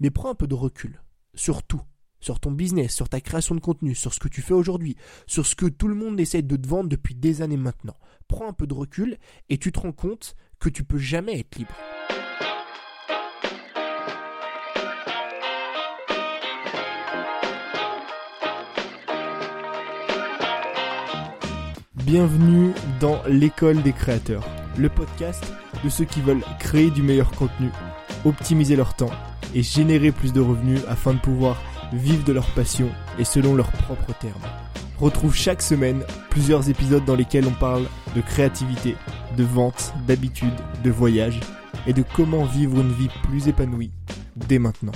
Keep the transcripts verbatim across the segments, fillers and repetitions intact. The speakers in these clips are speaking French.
Mais prends un peu de recul sur tout, sur ton business, sur ta création de contenu, sur ce que tu fais aujourd'hui, sur ce que tout le monde essaie de te vendre depuis des années maintenant. Prends un peu de recul et tu te rends compte que tu peux jamais être libre. Bienvenue dans l'école des créateurs, le podcast de ceux qui veulent créer du meilleur contenu, optimiser leur temps et générer plus de revenus afin de pouvoir vivre de leur passion et selon leurs propres termes. Retrouve chaque semaine plusieurs épisodes dans lesquels on parle de créativité, de vente, d'habitude, de voyage et de comment vivre une vie plus épanouie dès maintenant.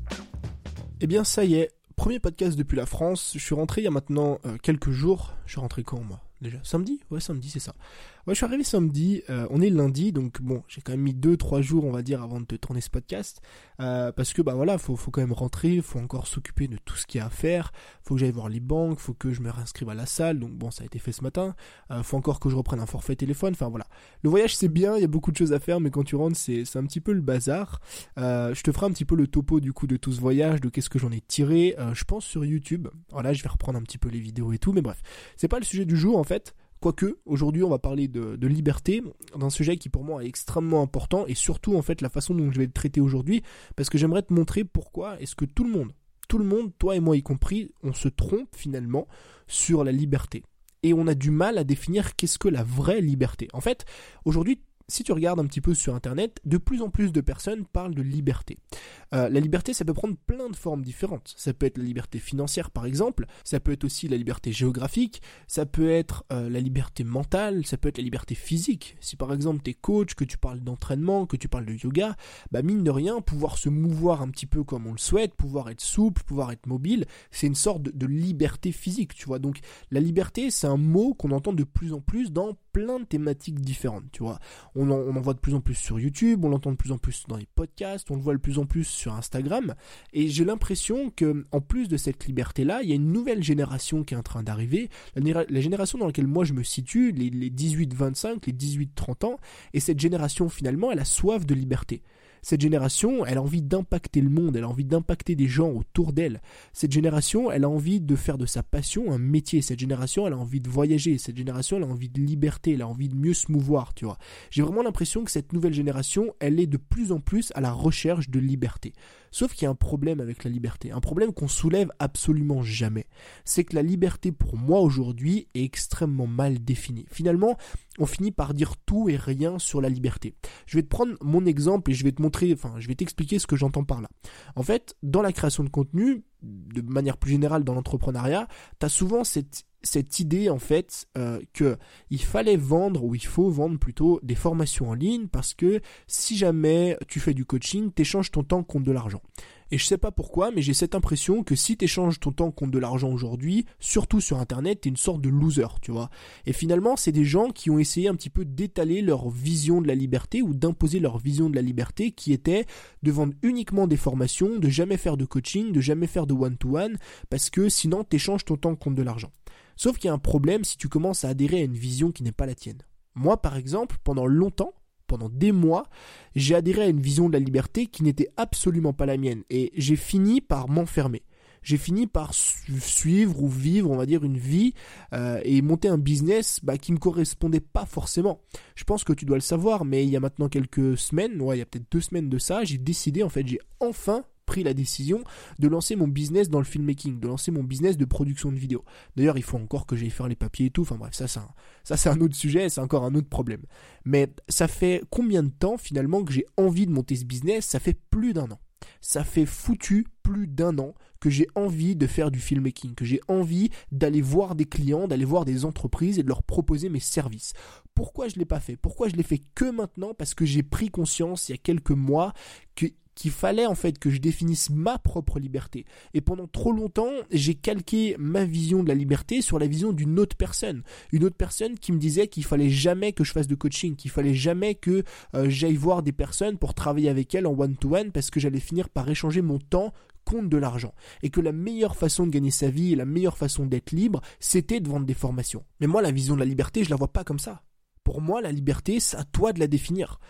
Eh bien ça y est, premier podcast depuis la France, je suis rentré il y a maintenant euh, quelques jours, je suis rentré quand moi ? Déjà samedi, ouais samedi c'est ça. Ouais je suis arrivé samedi, euh, on est lundi donc bon j'ai quand même mis deux trois jours on va dire avant de te tourner ce podcast euh, parce que bah voilà faut faut quand même rentrer, faut encore s'occuper de tout ce qu'il y a à faire, faut que j'aille voir les banques, faut que je me réinscrive à la salle donc bon ça a été fait ce matin, euh, faut encore que je reprenne un forfait téléphone, enfin voilà. Le voyage c'est bien, il y a beaucoup de choses à faire mais quand tu rentres c'est c'est un petit peu le bazar. Euh, je te ferai un petit peu le topo du coup de tout ce voyage, de qu'est-ce que j'en ai tiré, euh, je pense sur YouTube. Voilà je vais reprendre un petit peu les vidéos et tout mais bref c'est pas le sujet du jour en fait. Quoique, aujourd'hui on va parler de, de liberté, d'un sujet qui pour moi est extrêmement important et surtout en fait la façon dont je vais le traiter aujourd'hui parce que j'aimerais te montrer pourquoi est-ce que tout le monde, tout le monde, toi et moi y compris, on se trompe finalement sur la liberté. Et on a du mal à définir qu'est-ce que la vraie liberté. En fait, aujourd'hui, si tu regardes un petit peu sur internet, de plus en plus de personnes parlent de liberté. Euh, la liberté, ça peut prendre plein de formes différentes. Ça peut être la liberté financière par exemple, ça peut être aussi la liberté géographique, ça peut être euh, la liberté mentale, ça peut être la liberté physique. Si par exemple tu es coach, que tu parles d'entraînement, que tu parles de yoga, bah mine de rien, pouvoir se mouvoir un petit peu comme on le souhaite, pouvoir être souple, pouvoir être mobile, c'est une sorte de, de liberté physique, tu vois. Donc la liberté, c'est un mot qu'on entend de plus en plus dans plein de thématiques différentes, tu vois. On en, on en voit de plus en plus sur YouTube, on l'entend de plus en plus dans les podcasts, on le voit de plus en plus sur Instagram, et j'ai l'impression que en plus de cette liberté-là, il y a une nouvelle génération qui est en train d'arriver, la, la génération dans laquelle moi je me situe, les, les dix-huit vingt-cinq, les dix-huit trente ans, et cette génération finalement, elle a soif de liberté. Cette génération, elle a envie d'impacter le monde, elle a envie d'impacter des gens autour d'elle. Cette génération, elle a envie de faire de sa passion un métier. Cette génération, elle a envie de voyager. Cette génération, elle a envie de liberté, elle a envie de mieux se mouvoir, tu vois. J'ai vraiment l'impression que cette nouvelle génération, elle est de plus en plus à la recherche de liberté. Sauf qu'il y a un problème avec la liberté, un problème qu'on soulève absolument jamais. C'est que la liberté, pour moi aujourd'hui, est extrêmement mal définie. Finalement, on finit par dire tout et rien sur la liberté. Je vais te prendre mon exemple et je vais te montrer, enfin, je vais t'expliquer ce que j'entends par là. En fait, dans la création de contenu, de manière plus générale dans l'entrepreneuriat, tu as souvent cette cette idée en fait euh, que il fallait vendre ou il faut vendre plutôt des formations en ligne parce que si jamais tu fais du coaching, t'échanges ton temps contre de l'argent. Et je sais pas pourquoi, mais j'ai cette impression que si t'échanges ton temps contre de l'argent aujourd'hui, surtout sur internet, t'es une sorte de loser, tu vois. Et finalement, c'est des gens qui ont essayé un petit peu d'étaler leur vision de la liberté ou d'imposer leur vision de la liberté qui était de vendre uniquement des formations, de jamais faire de coaching, de jamais faire de one-to-one parce que sinon t'échanges ton temps contre de l'argent. Sauf qu'il y a un problème si tu commences à adhérer à une vision qui n'est pas la tienne. Moi, par exemple, pendant longtemps, pendant des mois, j'ai adhéré à une vision de la liberté qui n'était absolument pas la mienne. Et j'ai fini par m'enfermer. J'ai fini par suivre ou vivre, on va dire, une vie euh, et monter un business bah, qui ne me correspondait pas forcément. Je pense que tu dois le savoir, mais il y a maintenant quelques semaines, ouais, il y a peut-être deux semaines de ça, j'ai décidé, en fait, j'ai enfin pris la décision de lancer mon business dans le filmmaking, de lancer mon business de production de vidéos. D'ailleurs, il faut encore que j'aille faire les papiers et tout, enfin bref, ça c'est un, ça c'est un autre sujet, c'est encore un autre problème. Mais ça fait combien de temps finalement que j'ai envie de monter ce business ? Ça fait plus d'un an. Ça fait foutu plus d'un an que j'ai envie de faire du filmmaking, que j'ai envie d'aller voir des clients, d'aller voir des entreprises et de leur proposer mes services. Pourquoi je ne l'ai pas fait ? Pourquoi je l'ai fait que maintenant ? Parce que j'ai pris conscience il y a quelques mois que qu'il fallait en fait que je définisse ma propre liberté. Et pendant trop longtemps, j'ai calqué ma vision de la liberté sur la vision d'une autre personne. Une autre personne qui me disait qu'il fallait jamais que je fasse de coaching, qu'il fallait jamais que euh, j'aille voir des personnes pour travailler avec elles en one-to-one parce que j'allais finir par échanger mon temps contre de l'argent. Et que la meilleure façon de gagner sa vie et la meilleure façon d'être libre, c'était de vendre des formations. Mais moi, la vision de la liberté, je la vois pas comme ça. Pour moi, la liberté, c'est à toi de la définir.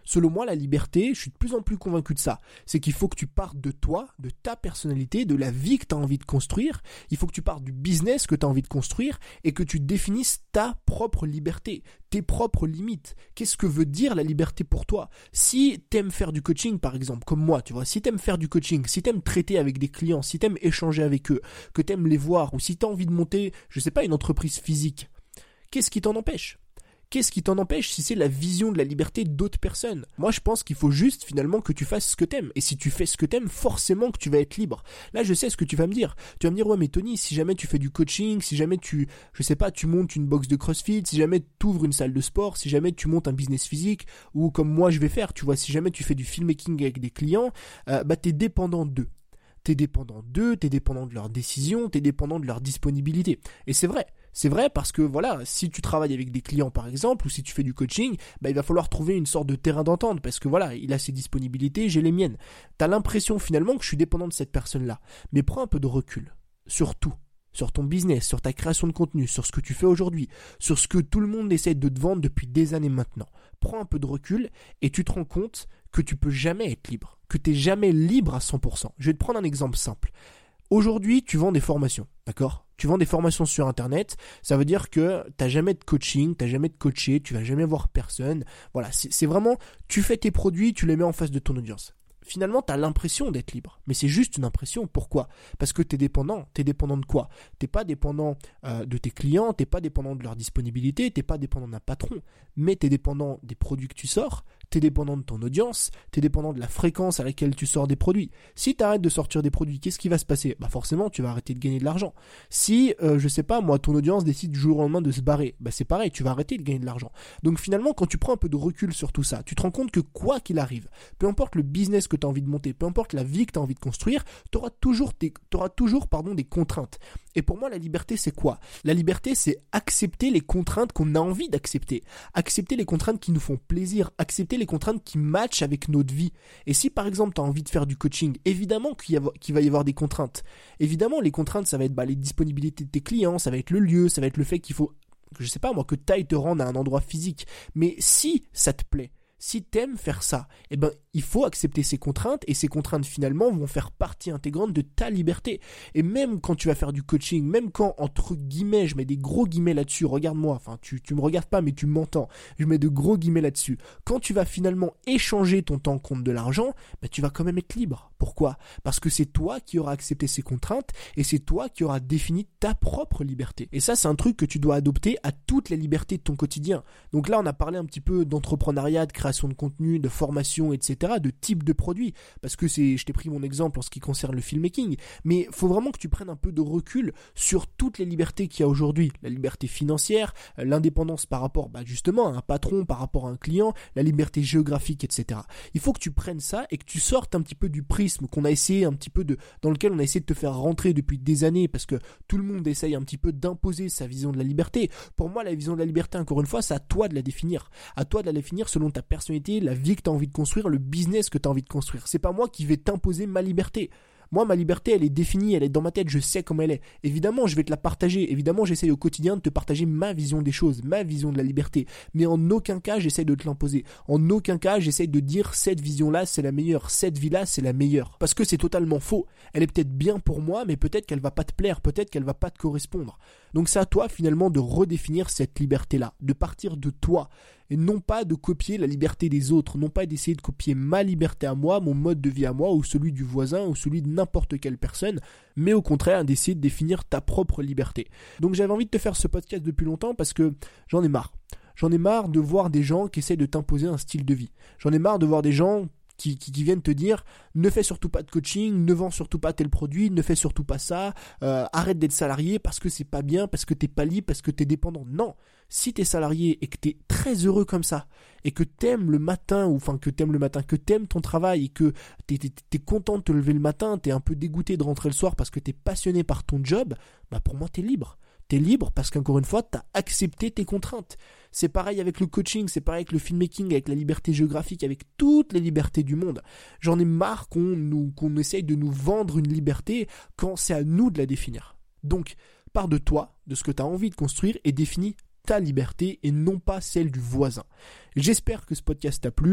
Selon moi, la liberté, je suis de plus en plus convaincu de ça. C'est qu'il faut que tu partes de toi, de ta personnalité, de la vie que tu as envie de construire. Il faut que tu partes du business que tu as envie de construire et que tu définisses ta propre liberté, tes propres limites. Qu'est-ce que veut dire la liberté pour toi? Si tu aimes faire du coaching, par exemple, comme moi, tu vois, si tu aimes faire du coaching, si tu aimes traiter avec des clients, si tu aimes échanger avec eux, que tu aimes les voir, ou si tu as envie de monter, je sais pas, une entreprise physique, qu'est-ce qui t'en empêche? Qu'est-ce qui t'en empêche si c'est la vision de la liberté d'autres personnes? Moi, je pense qu'il faut juste finalement que tu fasses ce que t'aimes. Et si tu fais ce que t'aimes, forcément que tu vas être libre. Là, je sais ce que tu vas me dire. Tu vas me dire, ouais, mais Tony, si jamais tu fais du coaching, si jamais tu, je sais pas, tu montes une box de CrossFit, si jamais tu ouvres une salle de sport, si jamais tu montes un business physique, ou comme moi je vais faire, tu vois, si jamais tu fais du filmmaking avec des clients, euh, bah t'es dépendant d'eux. T'es dépendant d'eux, t'es dépendant de leurs décisions, t'es dépendant de leur disponibilité. Et c'est vrai. C'est vrai parce que voilà, si tu travailles avec des clients par exemple, ou si tu fais du coaching, bah, il va falloir trouver une sorte de terrain d'entente parce que voilà, il a ses disponibilités, j'ai les miennes. T'as l'impression finalement que je suis dépendant de cette personne-là. Mais prends un peu de recul. Sur tout. Sur ton business, sur ta création de contenu, sur ce que tu fais aujourd'hui, sur ce que tout le monde essaie de te vendre depuis des années maintenant. Prends un peu de recul et tu te rends compte que tu peux jamais être libre, que tu n'es jamais libre à cent pour cent. Je vais te prendre un exemple simple. Aujourd'hui, tu vends des formations, d'accord ? Tu vends des formations sur Internet, ça veut dire que tu n'as jamais de coaching, tu n'as jamais de coaché, tu vas jamais voir personne. Voilà, c'est, c'est vraiment, tu fais tes produits, tu les mets en face de ton audience. Finalement, tu as l'impression d'être libre, mais c'est juste une impression. Pourquoi ? Parce que tu es dépendant. Tu es dépendant de quoi ? Tu n'es pas dépendant euh, de tes clients, tu n'es pas dépendant de leur disponibilité, tu n'es pas dépendant d'un patron, mais tu es dépendant des produits que tu sors, tu es dépendant de ton audience, tu es dépendant de la fréquence à laquelle tu sors des produits. Si tu arrêtes de sortir des produits, qu'est-ce qui va se passer ? Bah forcément, tu vas arrêter de gagner de l'argent. Si, euh, je sais pas, moi, ton audience décide du jour au lendemain de se barrer, bah c'est pareil, tu vas arrêter de gagner de l'argent. Donc finalement, quand tu prends un peu de recul sur tout ça, tu te rends compte que quoi qu'il arrive, peu importe le business que tu as envie de monter, peu importe la vie que tu as envie de construire, tu auras toujours, tes, t'auras toujours pardon, des contraintes. Et pour moi, la liberté, c'est quoi ? La liberté, c'est accepter les contraintes qu'on a envie d'accepter. Accepter les contraintes qui nous font plaisir. Accepter les contraintes qui matchent avec notre vie. Et si, par exemple, tu as envie de faire du coaching, évidemment qu'il, y a, qu'il va y avoir des contraintes. Évidemment, les contraintes, ça va être bah, les disponibilités de tes clients, ça va être le lieu, ça va être le fait qu'il faut, je sais pas moi, que tu ailles te rendre à un endroit physique. Mais si ça te plaît, si t'aimes faire ça, eh ben, il faut accepter ces contraintes et ces contraintes finalement vont faire partie intégrante de ta liberté. Et même quand tu vas faire du coaching, même quand, entre guillemets, je mets des gros guillemets là-dessus, regarde-moi, enfin, tu, tu me regardes pas mais tu m'entends, je mets de gros guillemets là-dessus. Quand tu vas finalement échanger ton temps contre de l'argent, ben, tu vas quand même être libre. Pourquoi ? Parce que c'est toi qui auras accepté ces contraintes et c'est toi qui auras défini ta propre liberté. Et ça, c'est un truc que tu dois adopter à toutes les libertés de ton quotidien. Donc là, on a parlé un petit peu d'entrepreneuriat, de création de contenu, de formation, et cetera, de type de produit. Parce que c'est, je t'ai pris mon exemple en ce qui concerne le filmmaking. Mais il faut vraiment que tu prennes un peu de recul sur toutes les libertés qu'il y a aujourd'hui. La liberté financière, l'indépendance par rapport bah, justement à un patron, par rapport à un client, la liberté géographique, et cetera. Il faut que tu prennes ça et que tu sortes un petit peu du prisme qu'on a essayé un petit peu de, dans lequel on a essayé de te faire rentrer depuis des années parce que tout le monde essaye un petit peu d'imposer sa vision de la liberté. Pour moi, la vision de la liberté, encore une fois, c'est à toi de la définir. À toi de la définir selon ta personnalité, la vie que tu as envie de construire, le business que tu as envie de construire. C'est pas moi qui vais t'imposer ma liberté. Moi, ma liberté, elle est définie, elle est dans ma tête, je sais comment elle est. Évidemment, je vais te la partager. Évidemment, j'essaye au quotidien de te partager ma vision des choses, ma vision de la liberté. Mais en aucun cas, j'essaye de te l'imposer. En aucun cas, j'essaye de dire cette vision-là, c'est la meilleure. Cette vie-là, c'est la meilleure. Parce que c'est totalement faux. Elle est peut-être bien pour moi, mais peut-être qu'elle va pas te plaire, peut-être qu'elle va pas te correspondre. Donc c'est à toi, finalement, de redéfinir cette liberté-là, de partir de toi. Et non pas de copier la liberté des autres, non pas d'essayer de copier ma liberté à moi, mon mode de vie à moi, ou celui du voisin, ou celui de n'importe quelle personne, mais au contraire d'essayer de définir ta propre liberté. Donc j'avais envie de te faire ce podcast depuis longtemps parce que j'en ai marre. J'en ai marre de voir des gens qui essaient de t'imposer un style de vie. J'en ai marre de voir des gens Qui, qui, qui viennent te dire ne fais surtout pas de coaching, ne vends surtout pas tel produit, ne fais surtout pas ça, euh, arrête d'être salarié parce que c'est pas bien, parce que t'es pas libre, parce que t'es dépendant. Non, si t'es salarié et que t'es très heureux comme ça et que t'aimes le matin, ou enfin que t'aimes le matin, que t'aimes ton travail et que t'es, t'es, t'es content de te lever le matin, t'es un peu dégoûté de rentrer le soir parce que t'es passionné par ton job, bah pour moi t'es libre. T'es libre parce qu'encore une fois, t'as accepté tes contraintes. C'est pareil avec le coaching, c'est pareil avec le filmmaking, avec la liberté géographique, avec toutes les libertés du monde. J'en ai marre qu'on nous, qu'on essaye de nous vendre une liberté quand c'est à nous de la définir. Donc, pars de toi, de ce que t'as envie de construire et définis ta liberté et non pas celle du voisin. J'espère que ce podcast t'a plu.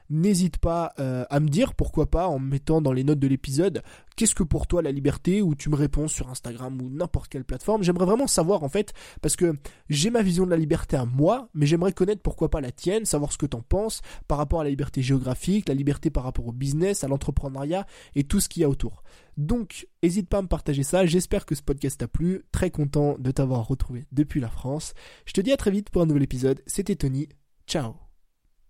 n'hésite pas euh, à me dire, pourquoi pas, en me mettant dans les notes de l'épisode, qu'est-ce que pour toi la liberté, ou tu me réponds sur Instagram ou n'importe quelle plateforme. J'aimerais vraiment savoir en fait, parce que j'ai ma vision de la liberté à moi, mais j'aimerais connaître pourquoi pas la tienne, savoir ce que t'en penses par rapport à la liberté géographique, la liberté par rapport au business, à l'entrepreneuriat et tout ce qu'il y a autour. Donc, n'hésite pas à me partager ça, j'espère que ce podcast t'a plu, très content de t'avoir retrouvé depuis la France. Je te dis à très vite pour un nouvel épisode, c'était Tony, ciao.